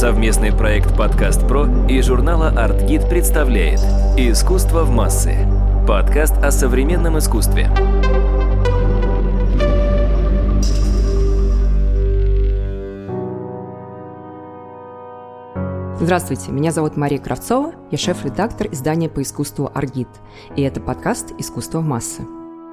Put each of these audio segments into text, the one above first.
Совместный проект «Подкаст Про» и журнала «Артгид» представляет «Искусство в массы». Подкаст о современном искусстве. Здравствуйте, меня зовут Мария Кравцова, я шеф-редактор издания по искусству «Артгид», и это подкаст «Искусство в массы».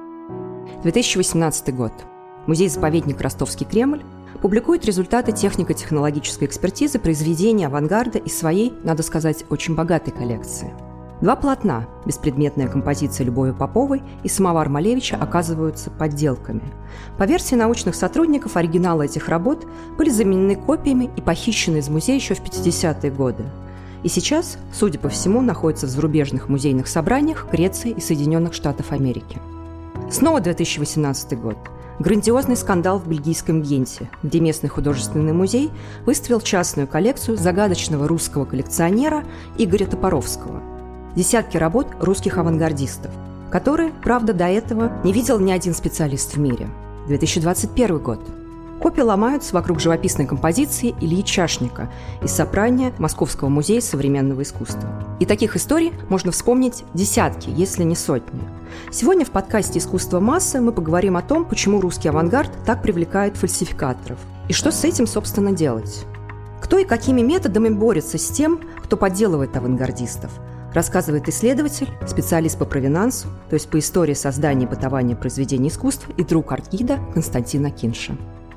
2018 год. Музей-заповедник «Ростовский Кремль» публикует результаты технико-технологической экспертизы произведений авангарда из своей, надо сказать, очень богатой коллекции. Два полотна, беспредметная композиция Любови Поповой и самовар Малевича, оказываются подделками. По версии научных сотрудников, оригиналы этих работ были заменены копиями и похищены из музея еще в 50-е годы. И сейчас, судя по всему, находятся в зарубежных музейных собраниях Греции и Соединенных Штатов Америки. Снова 2018 год. Грандиозный скандал в бельгийском Генте, где местный художественный музей выставил частную коллекцию загадочного русского коллекционера Игоря Топоровского. Десятки работ русских авангардистов, которые, правда, до этого не видел ни один специалист в мире. 2021 год. Копии ломаются вокруг живописной композиции Ильи Чашника из собрания Московского музея современного искусства. И таких историй можно вспомнить десятки, если не сотни. Сегодня в подкасте «Искусство массы» мы поговорим о том, почему русский авангард так привлекает фальсификаторов. И что с этим, собственно, делать? Кто и какими методами борется с тем, кто подделывает авангардистов? Рассказывает исследователь, специалист по провинансу, то есть по истории создания и бытования произведений искусства и друг Артгида Константин Акиньша.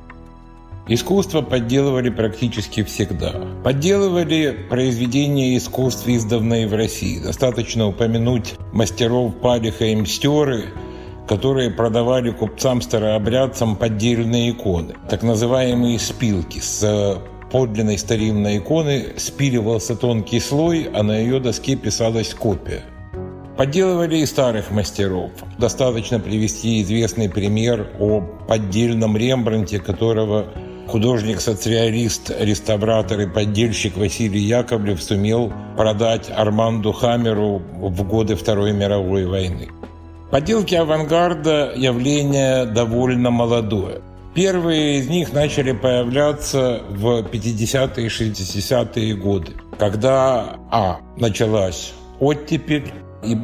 Искусство подделывали практически всегда. Подделывали произведения искусств, изданные в России. Достаточно упомянуть мастеров Палиха и Мстёры, которые продавали купцам-старообрядцам поддельные иконы, так называемые спилки. С подлинной старинной иконы спиливался тонкий слой, а на ее доске писалась копия. Подделывали и старых мастеров. Достаточно привести известный пример о поддельном Рембрандте, которого художник-социалист, реставратор и поддельщик Василий Яковлев сумел продать Арманду Хаммеру в годы Второй мировой войны. Подделки авангарда – явление довольно молодое. Первые из них начали появляться в 50-е и 60-е годы, когда началась оттепель, и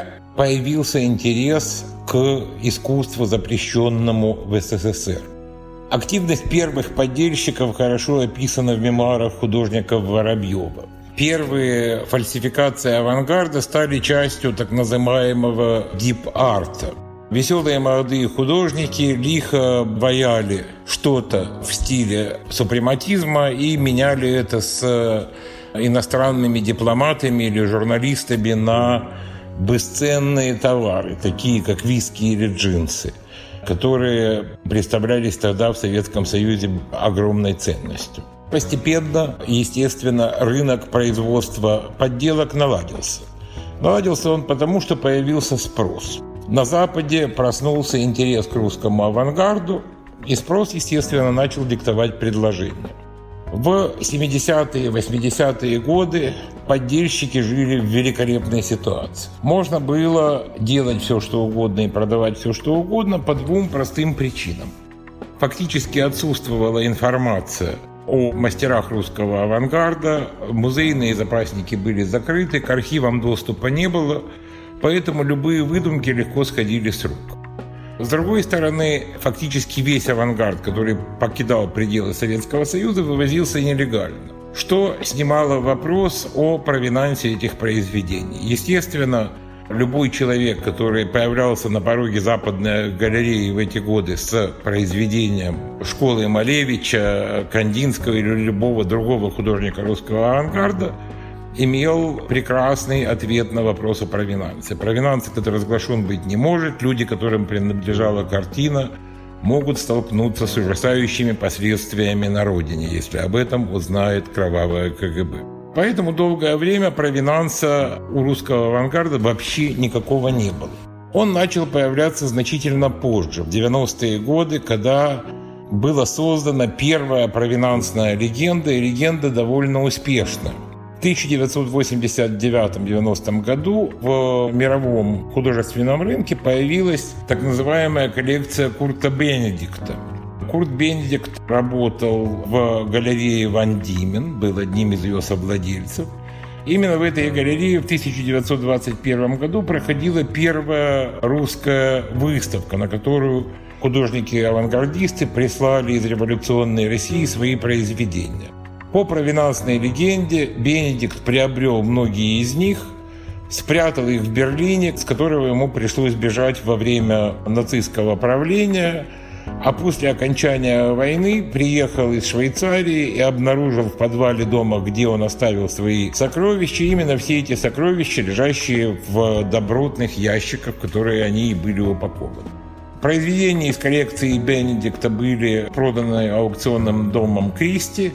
появился интерес к искусству, запрещенному в СССР. Активность первых поддельщиков хорошо описана в мемуарах художника Воробьева. Первые фальсификации авангарда стали частью так называемого дип-арта. Веселые молодые художники лихо ваяли что-то в стиле супрематизма и меняли это с иностранными дипломатами или журналистами на бесценные товары, такие как виски или джинсы, которые представлялись тогда в Советском Союзе огромной ценностью. Постепенно, естественно, рынок производства подделок наладился. Наладился он потому, что появился спрос. На Западе проснулся интерес к русскому авангарду, и спрос, естественно, начал диктовать предложение. В 70-е и 80-е годы поддельщики жили в великолепной ситуации. Можно было делать все, что угодно и продавать все, что угодно по двум простым причинам. Фактически отсутствовала информация о мастерах русского авангарда, музейные запасники были закрыты, к архивам доступа не было, поэтому любые выдумки легко сходили с рук. С другой стороны, фактически весь авангард, который покидал пределы Советского Союза, вывозился нелегально, что снимало вопрос о провинансе этих произведений. Естественно, любой человек, который появлялся на пороге Западной галереи в эти годы с произведением школы Малевича, Кандинского или любого другого художника русского авангарда, имел прекрасный ответ на вопрос о провинансе. Провинанс этот разглашен быть не может. Люди, которым принадлежала картина, могут столкнуться с ужасающими последствиями на родине, если об этом узнает кровавое КГБ. Поэтому долгое время провинанса у русского авангарда вообще никакого не было. Он начал появляться значительно позже, в 90-е годы, когда была создана первая провинансная легенда, и легенда довольно успешная. В 1989-90 году в мировом художественном рынке появилась так называемая коллекция Курта Бенедикта. Курт Бенедикт работал в галерее Ван Дiemen, был одним из ее совладельцев. Именно в этой галерее в 1921 году проходила первая русская выставка, на которую художники-авангардисты прислали из революционной России свои произведения. По провинансной легенде, Бенедикт приобрел многие из них, спрятал их в Берлине, с которого ему пришлось бежать во время нацистского правления, а после окончания войны приехал из Швейцарии и обнаружил в подвале дома, где он оставил свои сокровища, именно все эти сокровища, лежащие в добротных ящиках, в которые они и были упакованы. Произведения из коллекции Бенедикта были проданы аукционным домом Кристи,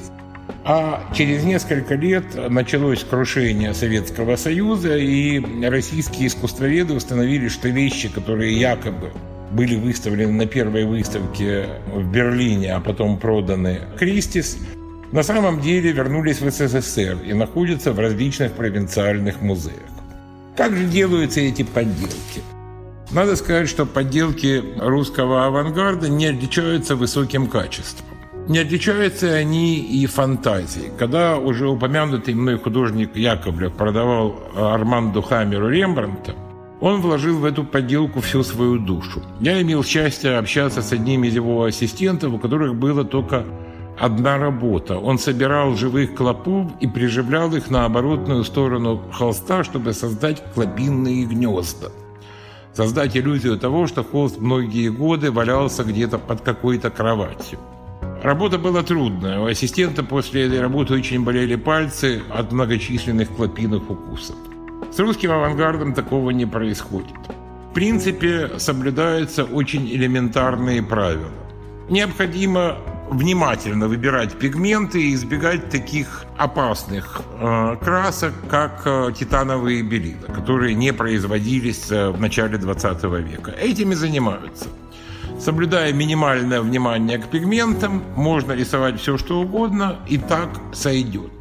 а через несколько лет началось крушение Советского Союза, и российские искусствоведы установили, что вещи, которые якобы были выставлены на первой выставке в Берлине, а потом проданы Кристис, на самом деле вернулись в СССР и находятся в различных провинциальных музеях. Как же делаются эти подделки? Надо сказать, что подделки русского авангарда не отличаются высоким качеством. Не отличаются они и фантазией. Когда уже упомянутый мной художник Яковлев продавал Арманду Хаммеру Рембрандта, он вложил в эту подделку всю свою душу. Я имел счастье общаться с одним из его ассистентов, у которых была только одна работа. Он собирал живых клопов и приживлял их на оборотную сторону холста, чтобы создать клопиные гнезда. Создать иллюзию того, что холст многие годы валялся где-то под какой-то кроватью. Работа была трудная. У ассистента после этой работы очень болели пальцы от многочисленных клопиных укусов. С русским авангардом такого не происходит. В принципе, соблюдаются очень элементарные правила. Необходимо внимательно выбирать пигменты и избегать таких опасных красок, как титановые белила, которые не производились в начале 20 века. Этими занимаются. Соблюдая минимальное внимание к пигментам, можно рисовать все, что угодно, и так сойдет.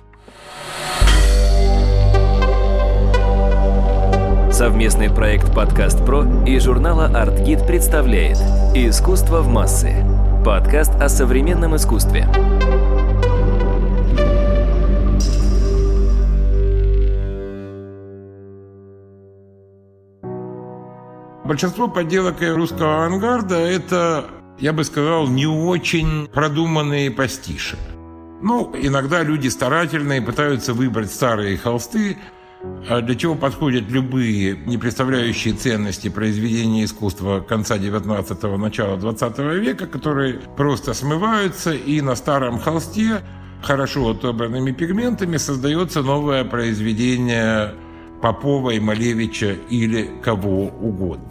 Совместный проект «Подкаст Про» и журнала «Артгид» представляет «Искусство в массы» – подкаст о современном искусстве. Большинство подделок русского авангарда – это, я бы сказал, не очень продуманные пастиши. Иногда люди старательные пытаются выбрать старые холсты, для чего подходят любые не представляющие ценности произведения искусства конца XIX – начала XX века, которые просто смываются, и на старом холсте хорошо отобранными пигментами создается новое произведение Попова и Малевича или кого угодно.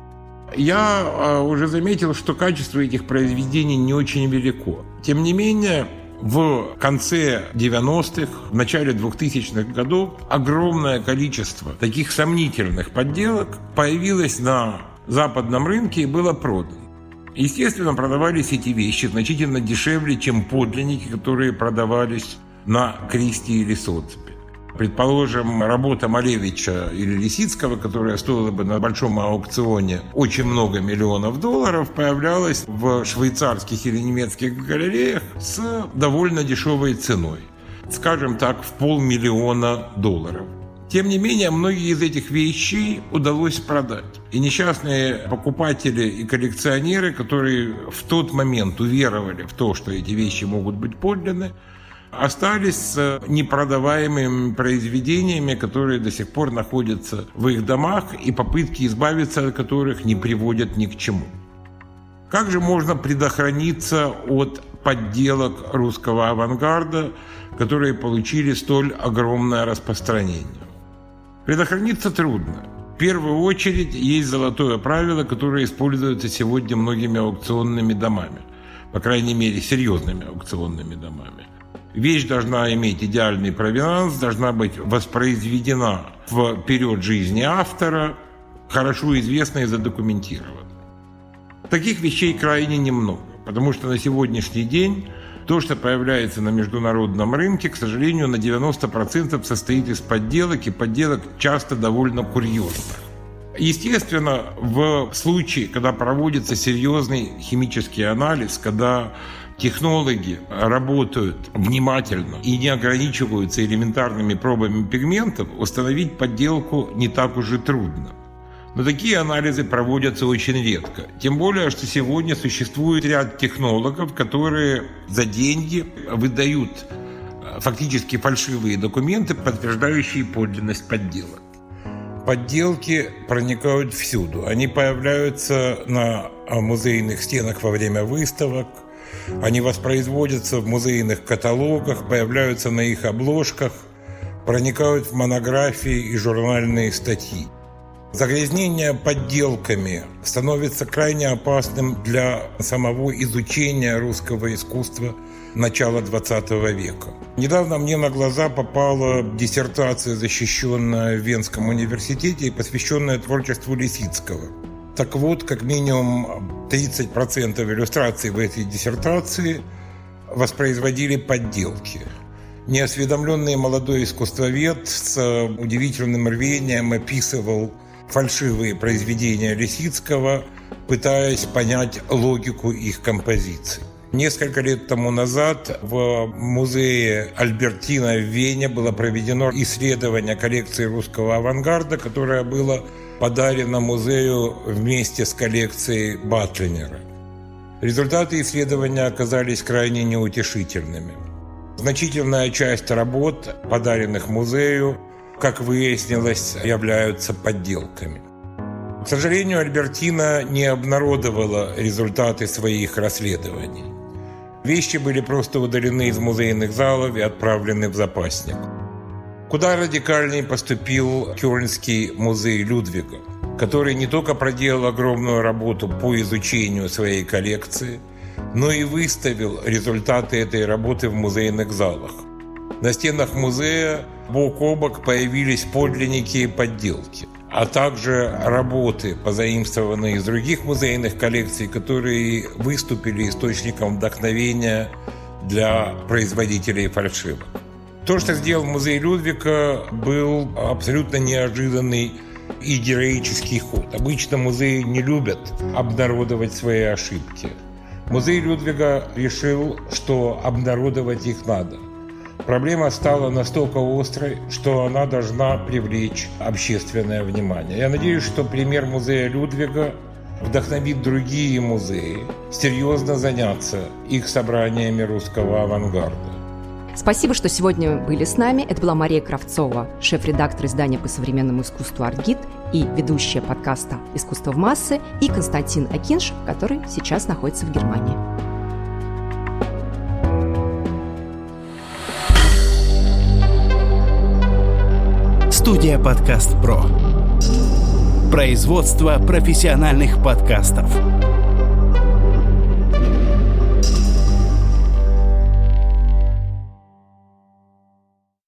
Я уже заметил, что качество этих произведений не очень велико. Тем не менее, в конце 90-х, в начале 2000-х годов огромное количество таких сомнительных подделок появилось на западном рынке и было продано. Естественно, продавались эти вещи значительно дешевле, чем подлинники, которые продавались на Кристи или Соцепе. Предположим, работа Малевича или Лисицкого, которая стоила бы на большом аукционе очень много миллионов долларов, появлялась в швейцарских или немецких галереях с довольно дешевой ценой. Скажем так, в $500 000. Тем не менее, многие из этих вещей удалось продать. И несчастные покупатели и коллекционеры, которые в тот момент уверовали в то, что эти вещи могут быть подлинны, остались с непродаваемыми произведениями, которые до сих пор находятся в их домах, и попытки избавиться от которых не приводят ни к чему. Как же можно предохраниться от подделок русского авангарда, которые получили столь огромное распространение? Предохраниться трудно. В первую очередь есть золотое правило, которое используется сегодня многими аукционными домами, по крайней мере, серьезными аукционными домами. Вещь должна иметь идеальный провинанс, должна быть воспроизведена в период жизни автора, хорошо известна и задокументирована. Таких вещей крайне немного, потому что на сегодняшний день то, что появляется на международном рынке, к сожалению, на 90% состоит из подделок, и подделок часто довольно курьезных. Естественно, в случае, когда проводится серьезный химический анализ, когда технологи работают внимательно и не ограничиваются элементарными пробами пигментов, установить подделку не так уж и трудно. Но такие анализы проводятся очень редко. Тем более, что сегодня существует ряд технологов, которые за деньги выдают фактически фальшивые документы, подтверждающие подлинность подделок. Подделки проникают всюду. Они появляются на музейных стенах во время выставок, они воспроизводятся в музейных каталогах, появляются на их обложках, проникают в монографии и журнальные статьи. Загрязнение подделками становится крайне опасным для самого изучения русского искусства начала XX века. Недавно мне на глаза попала диссертация, защищенная в Венском университете и посвященная творчеству Лисицкого. Так вот, как минимум 30% иллюстраций в этой диссертации воспроизводили подделки. Неосведомленный молодой искусствовед с удивительным рвением описывал фальшивые произведения Лисицкого, пытаясь понять логику их композиций. Несколько лет тому назад в музее Альбертина в Вене было проведено исследование коллекции русского авангарда, которое было подарено музею вместе с коллекцией Батлинера. Результаты исследования оказались крайне неутешительными. Значительная часть работ, подаренных музею, как выяснилось, являются подделками. К сожалению, Альбертина не обнародовала результаты своих расследований. Вещи были просто удалены из музейных залов и отправлены в запасник. Куда радикальнее поступил Кёльнский музей Людвига, который не только проделал огромную работу по изучению своей коллекции, но и выставил результаты этой работы в музейных залах. На стенах музея бок о бок появились подлинники и подделки, а также работы, позаимствованные из других музейных коллекций, которые выступили источником вдохновения для производителей фальшивок. То, что сделал музей Людвига, был абсолютно неожиданный и героический ход. Обычно музеи не любят обнародовать свои ошибки. Музей Людвига решил, что обнародовать их надо. Проблема стала настолько острой, что она должна привлечь общественное внимание. Я надеюсь, что пример музея Людвига вдохновит другие музеи серьезно заняться их собраниями русского авангарда. Спасибо, что сегодня были с нами. Это была Мария Кравцова, шеф-редактор издания по современному искусству «Артгид» и ведущая подкаста «Искусство в массы», и Константин Акинш, который сейчас находится в Германии. Студия «Подкаст Про». Производство профессиональных подкастов.